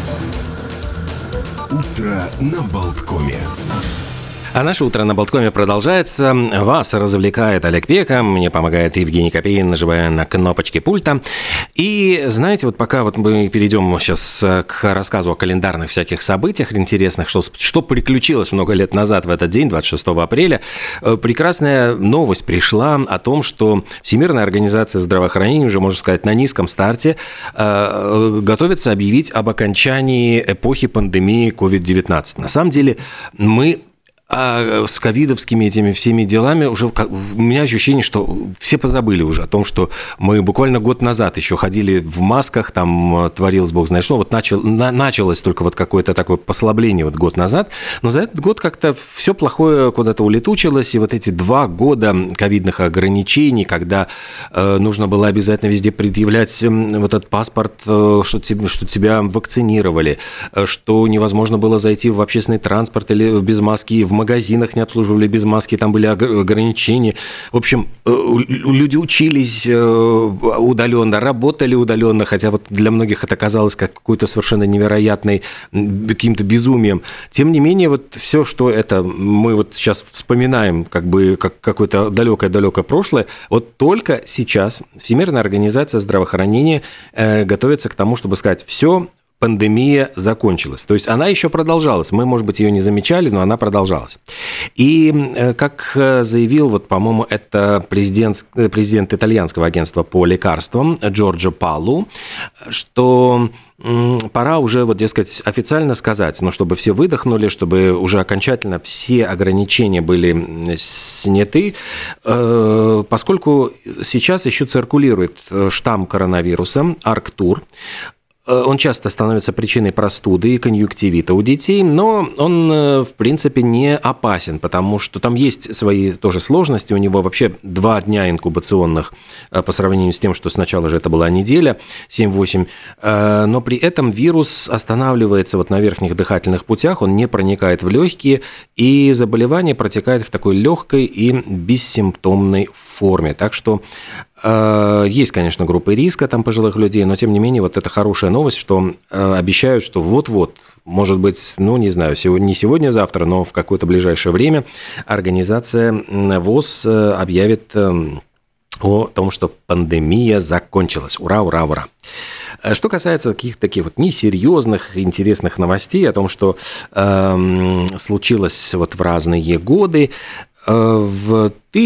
Утро на Болткоме. А наше утро на Болткоме продолжается. Вас развлекает Олег Пека, мне помогает Евгений Копейн, нажимая на кнопочки пульта. И знаете, вот пока вот мы перейдем сейчас к рассказу о календарных всяких событиях интересных, что приключилось много лет назад в этот день, 26 апреля, прекрасная новость пришла о том, что Всемирная организация здравоохранения, уже, можно сказать, на низком старте, готовится объявить об окончании эпохи пандемии COVID-19. На самом деле мы... А с ковидовскими этими всеми делами уже у меня ощущение, что все позабыли уже о том, что мы буквально год назад еще ходили в масках, там творилось бог знает что. Вот началось только вот какое-то такое послабление вот год назад, но за этот год как-то все плохое куда-то улетучилось, и вот эти 2 года ковидных ограничений, когда нужно было обязательно везде предъявлять вот этот паспорт, что тебя вакцинировали, что невозможно было зайти в общественный транспорт или без маски, в магазинах не обслуживали без маски, там были ограничения. В общем, люди учились удаленно, работали удаленно, хотя вот для многих это казалось как какой-то совершенно невероятной каким-то безумием. Тем не менее, вот все, что это мы вот сейчас вспоминаем, как какое-то далекое-далекое прошлое, вот только сейчас Всемирная организация здравоохранения готовится к тому, чтобы сказать: все, пандемия закончилась. То есть она еще продолжалась. Мы, может быть, ее не замечали, но она продолжалась. И как заявил, вот, по-моему, это президент итальянского агентства по лекарствам Джорджо Палу, что пора уже, вот, дескать, официально сказать, но чтобы все выдохнули, чтобы уже окончательно все ограничения были сняты, поскольку сейчас еще циркулирует штамм коронавируса Арктур. Он часто становится причиной простуды и конъюнктивита у детей, но он, в принципе, не опасен, потому что там есть свои тоже сложности. У него вообще 2 дня инкубационных по сравнению с тем, что сначала же это была неделя, 7-8. Но при этом вирус останавливается вот на верхних дыхательных путях, он не проникает в легкие, и заболевание протекает в такой легкой и бессимптомной форме. Так что есть, конечно, группы риска там пожилых людей, но, тем не менее, вот это хорошая новость, что обещают, что вот-вот, может быть, не знаю, не сегодня-завтра, но в какое-то ближайшее время организация ВОЗ объявит о том, что пандемия закончилась. Ура, ура, ура. Что касается каких-то таких вот несерьезных, интересных новостей о том, что случилось вот в разные годы, в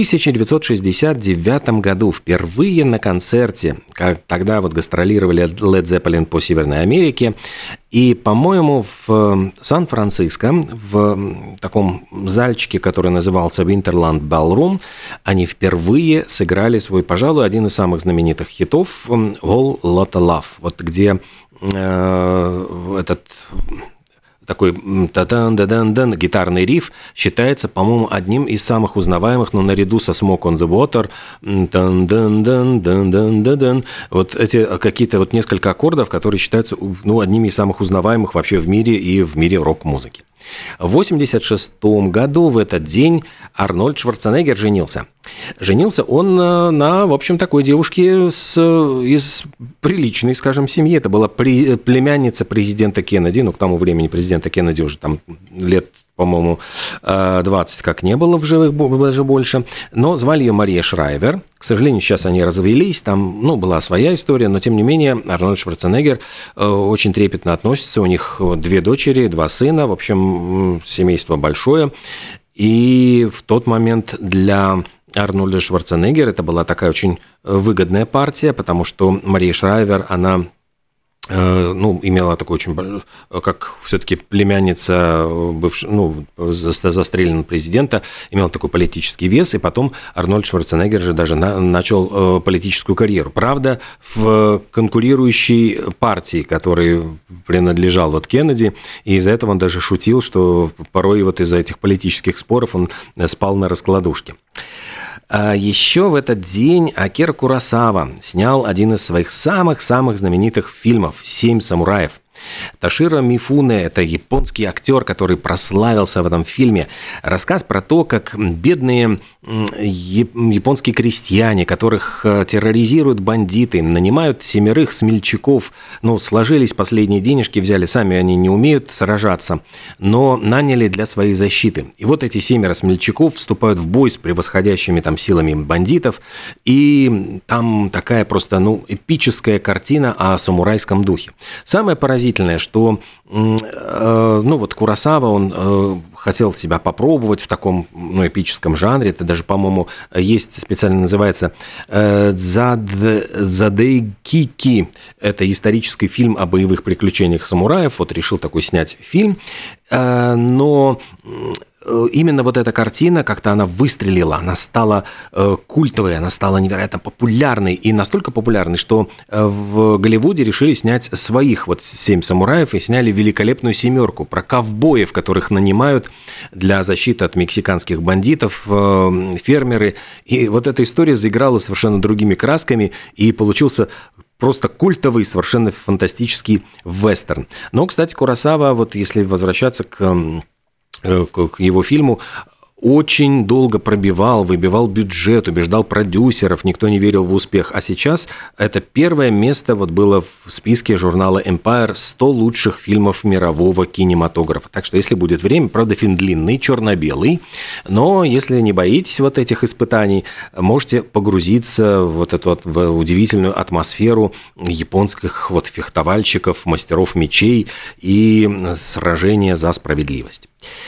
1969 году впервые на концерте, тогда вот гастролировали Led Zeppelin по Северной Америке, и, по-моему, в Сан-Франциско, в таком зальчике, который назывался Winterland Ballroom, они впервые сыграли свой, пожалуй, один из самых знаменитых хитов «Whole Lotta Love», вот где этот... такой та-дан-да-дан-дан гитарный риф считается, по-моему, одним из самых узнаваемых, но наряду со Smoke on the Water, дан-дан-дан-дан-дан-дан. Вот эти какие-то вот несколько аккордов, которые считаются, одними из самых узнаваемых вообще в мире и в мире рок-музыки. В 1986 году в этот день Арнольд Шварценеггер женился. Женился он на, в общем, такой девушке из приличной, скажем, семьи. Это была племянница президента Кеннеди. К тому времени президента Кеннеди уже там лет, по-моему, 20 как не было в живых, даже больше. Но звали ее Мария Шрайвер. К сожалению, сейчас они развелись. Там, была своя история. Но, тем не менее, Арнольд Шварценеггер очень трепетно относится. У них 2 дочери, 2 сына. В общем, семейство большое. И в тот момент для Арнольда Шварценеггера это была такая очень выгодная партия, потому что Мария Шрайвер, она имела такой очень, как все-таки племянница застреленного президента, имела такой политический вес, и потом Арнольд Шварценеггер же даже начал политическую карьеру. Правда, в конкурирующей партии, которой принадлежал вот Кеннеди, и из-за этого он даже шутил, что порой вот из-за этих политических споров он спал на раскладушке. Еще в этот день Акира Куросава снял один из своих самых-самых знаменитых фильмов «7 самураев». Тоширо Мифуне – это японский актер, который прославился в этом фильме. Рассказ про то, как бедные японские крестьяне, которых терроризируют бандиты, нанимают 7 смельчаков, сложились последние денежки, взяли, сами они не умеют сражаться, но наняли для своей защиты. И вот эти 7 смельчаков вступают в бой с превосходящими там силами бандитов, и там такая просто, эпическая картина о самурайском духе. Самое поразительное, что, Куросава, он хотел себя попробовать в таком, эпическом жанре. Это даже, по-моему, есть, специально называется «Задайкики». Это исторический фильм о боевых приключениях самураев. Вот решил такой снять фильм. Но именно вот эта картина, как-то она выстрелила, она стала культовой, она стала невероятно популярной, и настолько популярной, что в Голливуде решили снять своих 7 самураев и сняли великолепную 7 про ковбоев, которых нанимают для защиты от мексиканских бандитов фермеры. И вот эта история заиграла совершенно другими красками, и получился просто культовый, совершенно фантастический вестерн. Но, кстати, Куросава, если возвращаться к его фильму, очень долго выбивал бюджет, убеждал продюсеров, никто не верил в успех. А сейчас это первое место было в списке журнала Empire 100 лучших фильмов мирового кинематографа. Так что, если будет время, правда, фильм длинный, черно-белый, но если не боитесь этих испытаний, можете погрузиться в эту удивительную атмосферу японских фехтовальщиков, мастеров мечей и сражения за справедливость.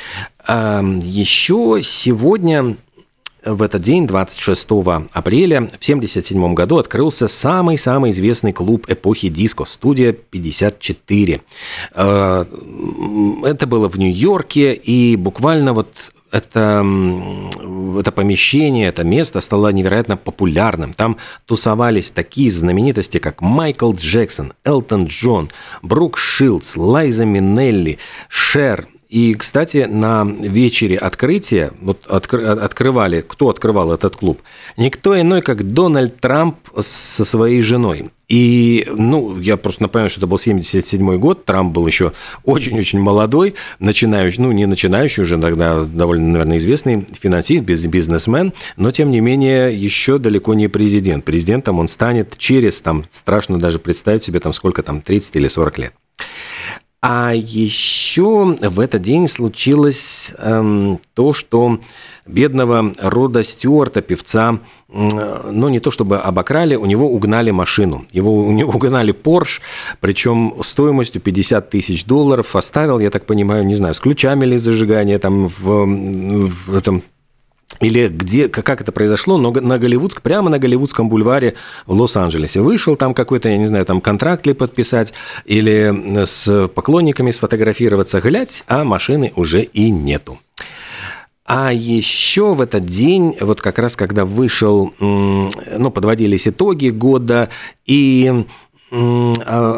Еще сегодня, в этот день, 26 апреля, в 1977 году открылся самый-самый известный клуб эпохи диско, студия 54. Это было в Нью-Йорке, и буквально это помещение, это место стало невероятно популярным. Там тусовались такие знаменитости, как Майкл Джексон, Элтон Джон, Брук Шилдс, Лайза Минелли, Шер. И, кстати, на вечере открытия, кто открывал этот клуб? Никто иной, как Дональд Трамп со своей женой. И, я просто напомню, что это был 1977 год, Трамп был еще очень-очень молодой, начинающий, не начинающий, уже тогда довольно, наверное, известный финансист, бизнесмен, но, тем не менее, еще далеко не президент. Президентом он станет через, страшно даже представить себе, сколько 30 или 40 лет. А еще в этот день случилось то, что бедного Рода Стюарта, певца, не то чтобы обокрали, у него угнали машину. У него угнали Порш, причем стоимостью $50 тысяч. Оставил, я так понимаю, не знаю, с ключами ли зажигания в этом... Или как это произошло, но прямо на Голливудском бульваре в Лос-Анджелесе. Вышел там какой-то, я не знаю, контракт ли подписать, или с поклонниками сфотографироваться, глядь, а машины уже и нету. А еще в этот день, как раз когда подводились итоги года, и в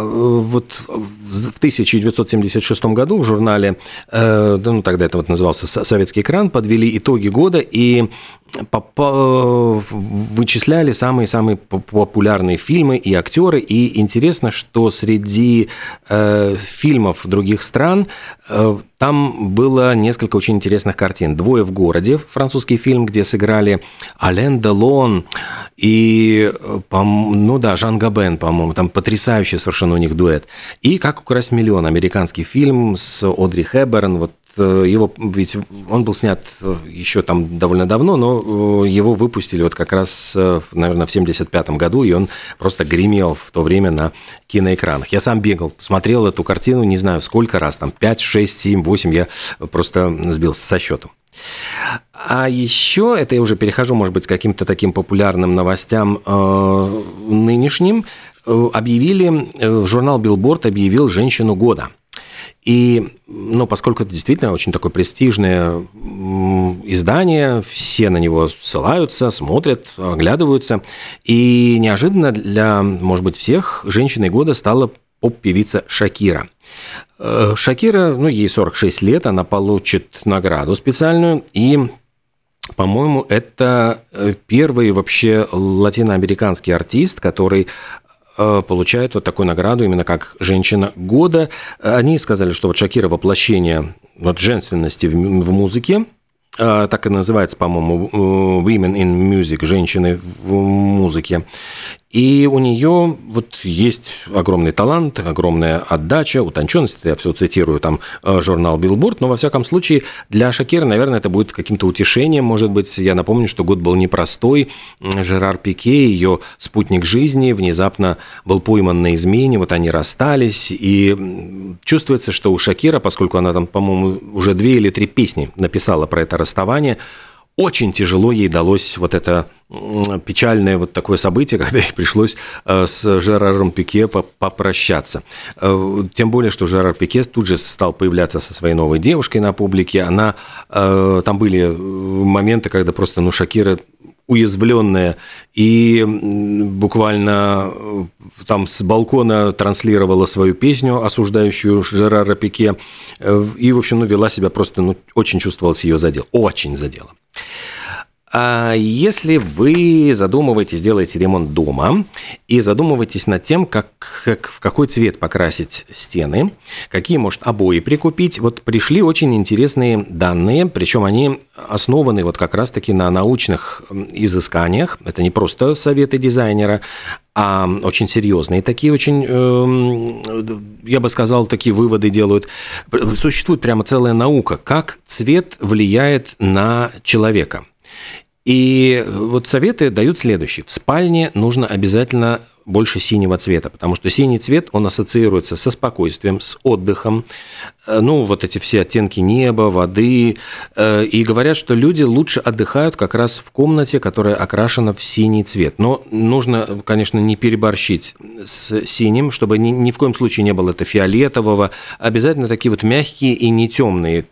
1976 году в журнале, тогда это назывался «Советский экран», подвели итоги года и вычисляли самые-самые популярные фильмы и актеры. И интересно, что среди фильмов других стран там было несколько очень интересных картин. «Двое в городе», французский фильм, где сыграли Ален Делон и, Жан Габен, по-моему, там потрясающий совершенно у них дуэт. И «Как украсть миллион», американский фильм с Одри Хепберн, его, ведь он был снят еще довольно давно, но его выпустили как раз, наверное, в 1975 году, и он просто гремел в то время на киноэкранах. Я сам бегал, смотрел эту картину, не знаю сколько раз, 5, 6, 7, 8, я просто сбился со счету. А еще, это я уже перехожу, может быть, к каким-то таким популярным новостям нынешним, журнал Billboard объявил «Женщину года». И, поскольку это действительно очень такое престижное издание, все на него ссылаются, смотрят, оглядываются, и неожиданно для, может быть, всех женщиной года стала поп-певица Шакира. Шакира, ей 46 лет, она получит награду специальную, и, по-моему, это первый вообще латиноамериканский артист, который получает вот такую награду именно как «Женщина года». Они сказали, что вот Шакира воплощение вот женственности в музыке, так и называется, по-моему, «Women in Music», «Женщины в музыке». И у нее вот есть огромный талант, огромная отдача, утонченность. Я все цитирую там журнал Billboard, но во всяком случае для Шакиры, наверное, это будет каким-то утешением. Может быть, я напомню, что год был непростой. Жерар Пике, ее спутник жизни, внезапно был пойман на измене. Вот они расстались, и чувствуется, что у Шакира, поскольку она там, по-моему, уже 2 или 3 песни написала про это расставание, очень тяжело ей далось вот это печальное вот такое событие, когда ей пришлось с Жераром Пике попрощаться. Тем более, что Жерар Пике тут же стал появляться со своей новой девушкой на публике. Там были моменты, когда просто Шакира уязвленная и буквально там с балкона транслировала свою песню, осуждающую Жерара Пике, и, в общем, вела себя просто, очень чувствовалось, ее задело, очень задело. А если вы задумываетесь, делаете ремонт дома и задумываетесь над тем, в какой цвет покрасить стены, какие, может, обои прикупить, вот пришли очень интересные данные, причем они основаны вот как раз-таки на научных изысканиях. Это не просто советы дизайнера, а очень серьезные такие, очень, я бы сказал, такие выводы делают. Существует прямо целая наука, как цвет влияет на человека. И вот советы дают следующие. В спальне нужно обязательно больше синего цвета, потому что синий цвет, он ассоциируется со спокойствием, с отдыхом, вот эти все оттенки неба, воды, и говорят, что люди лучше отдыхают как раз в комнате, которая окрашена в синий цвет. Но нужно, конечно, не переборщить с синим, чтобы ни в коем случае не было это фиолетового, обязательно такие вот мягкие и не темные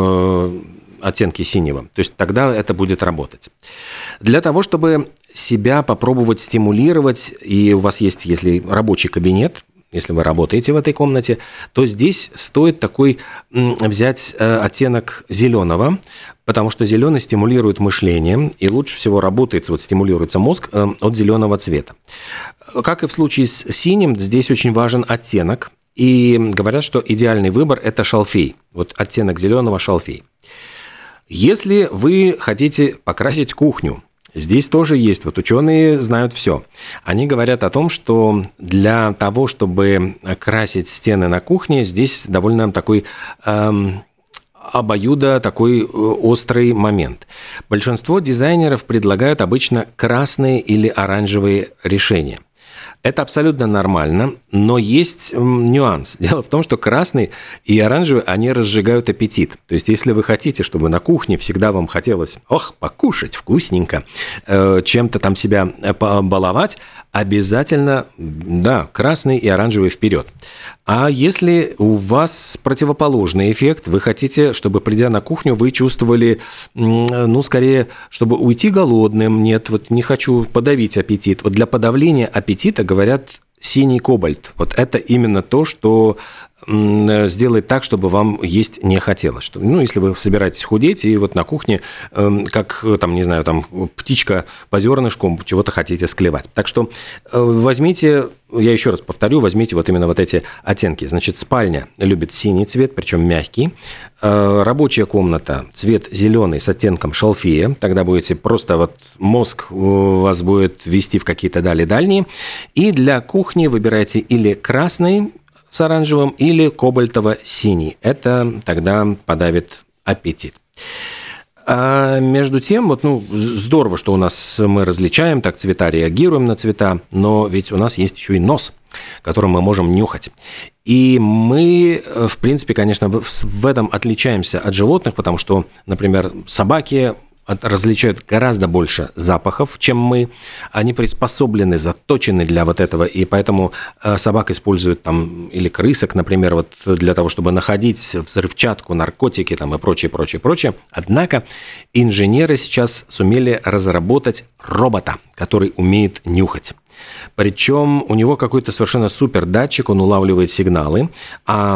оттенки синего. То есть тогда это будет работать. Для того, чтобы себя попробовать стимулировать, и у вас есть, если рабочий кабинет, если вы работаете в этой комнате, то здесь стоит такой взять оттенок зеленого, потому что зеленый стимулирует мышление, и лучше всего стимулируется мозг от зеленого цвета. Как и в случае с синим, здесь очень важен оттенок, и говорят, что идеальный выбор – это шалфей, вот оттенок зеленого – шалфей. Если вы хотите покрасить кухню, здесь тоже есть, вот ученые знают все. Они говорят о том, что для того, чтобы красить стены на кухне, здесь довольно такой обоюдо такой острый момент. Большинство дизайнеров предлагают обычно красные или оранжевые решения. Это абсолютно нормально, но есть нюанс. Дело в том, что красный и оранжевый, они разжигают аппетит. То есть, если вы хотите, чтобы на кухне всегда вам хотелось, покушать вкусненько, чем-то там себя побаловать, обязательно, красный и оранжевый вперед. А если у вас противоположный эффект, вы хотите, чтобы, придя на кухню, вы чувствовали, скорее, чтобы уйти голодным, не хочу подавить аппетит. Вот для подавления аппетита, говорят, синий кобальт. Вот это именно то, что сделает так, чтобы вам есть не хотелось. Если вы собираетесь худеть, и вот на кухне, как, птичка по зернышку, чего-то хотите склевать. Так что возьмите, я еще раз повторю, возьмите вот именно вот эти оттенки. Значит, спальня любит синий цвет, причем мягкий. Рабочая комната, цвет зеленый с оттенком шалфея. Тогда будете просто мозг вас будет вести в какие-то дали дальние. И для кухни выбирайте или красный с оранжевым или кобальтово-синий. Это тогда подавит аппетит. А между тем, здорово, что мы различаем, так цвета, реагируем на цвета, но ведь у нас есть еще и нос, которым мы можем нюхать. И мы, в принципе, конечно, в этом отличаемся от животных, потому что, например, собаки различают гораздо больше запахов, чем мы. Они приспособлены, заточены для вот этого, и поэтому собак используют или крысок, например, для того, чтобы находить взрывчатку, наркотики и прочее. Однако инженеры сейчас сумели разработать робота, который умеет нюхать. Причем у него какой-то совершенно супер датчик, он улавливает сигналы, а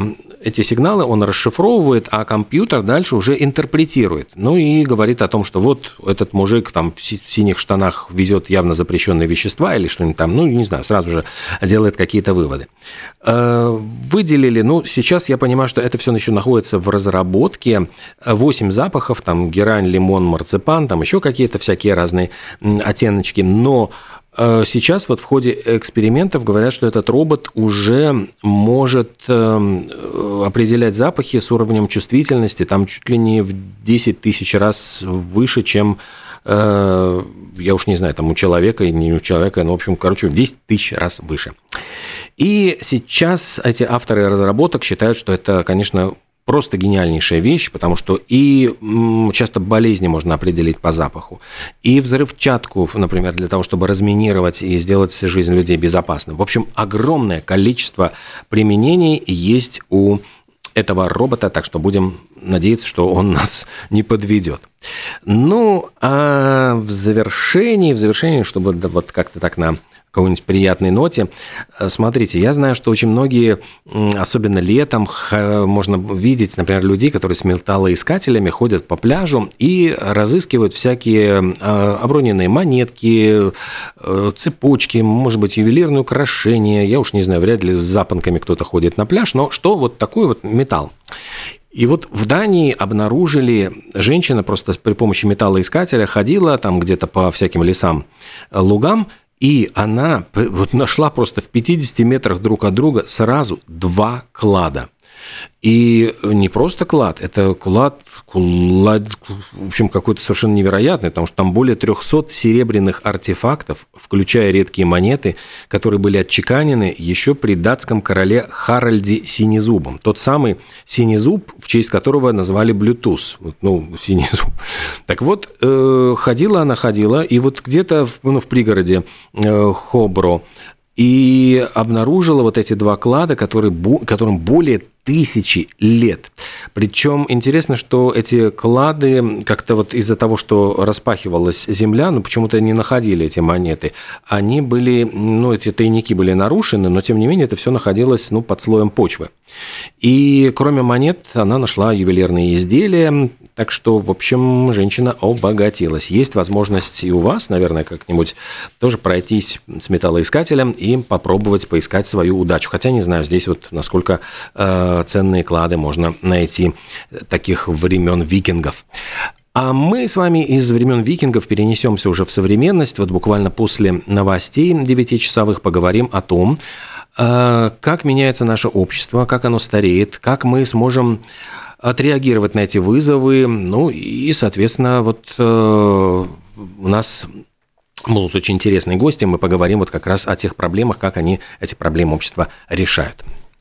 эти сигналы он расшифровывает, а компьютер дальше уже интерпретирует. Ну и говорит о том, что вот этот мужик там в синих штанах везет явно запрещенные вещества или что-нибудь там, ну, не знаю, сразу же делает какие-то выводы. Выделили, ну, сейчас я понимаю, что это все еще находится в разработке. 8 запахов, там герань, лимон, марципан, там еще какие-то всякие разные оттеночки, но сейчас вот в ходе экспериментов говорят, что этот робот уже может определять запахи с уровнем чувствительности там чуть ли не в 10 тысяч раз выше, чем, я уж не знаю, там у человека и не у человека, но, в общем, короче, в 10 тысяч раз выше. И сейчас эти авторы разработок считают, что это, конечно, просто гениальнейшая вещь, потому что и часто болезни можно определить по запаху, и взрывчатку, например, для того, чтобы разминировать и сделать жизнь людей безопасной. В общем, огромное количество применений есть у этого робота, так что будем надеяться, что он нас не подведет. Ну, а в завершении, чтобы вот как-то так на какой-нибудь приятной ноте. Смотрите, я знаю, что очень многие, особенно летом, можно видеть, например, людей, которые с металлоискателями ходят по пляжу и разыскивают всякие оброненные монетки, цепочки, может быть, ювелирные украшения. Я уж не знаю, вряд ли с запонками кто-то ходит на пляж, но что вот такой вот металл? И вот в Дании обнаружили, женщина просто при помощи металлоискателя ходила там где-то по всяким лесам, лугам, и она вот нашла просто в 50 метрах друг от друга сразу 2 клада. И не просто клад, это клад, в общем, какой-то совершенно невероятный, потому что там более 300 серебряных артефактов, включая редкие монеты, которые были отчеканены еще при датском короле Харальде Синезубом. Тот самый Синезуб, в честь которого назвали Bluetooth. Ну, Синезуб. Так вот, ходила, и вот где-то в пригороде Хобро и обнаружила вот эти 2 клада, которым более 1000 лет. Причем интересно, что эти клады как-то вот из-за того, что распахивалась земля, почему-то не находили эти монеты. Они были, эти тайники были нарушены, но тем не менее это все находилось, под слоем почвы. И кроме монет она нашла ювелирные изделия, так что, в общем, женщина обогатилась. Есть возможность и у вас, наверное, как-нибудь тоже пройтись с металлоискателем и попробовать поискать свою удачу. Хотя не знаю, здесь вот насколько ценные клады можно найти таких времен викингов. А мы с вами из времен викингов перенесемся уже в современность. Вот буквально после новостей 9-часовых поговорим о том, как меняется наше общество, как оно стареет, как мы сможем отреагировать на эти вызовы. И, соответственно, у нас будут очень интересные гости. Мы поговорим вот как раз о тех проблемах, как они эти проблемы общества решают.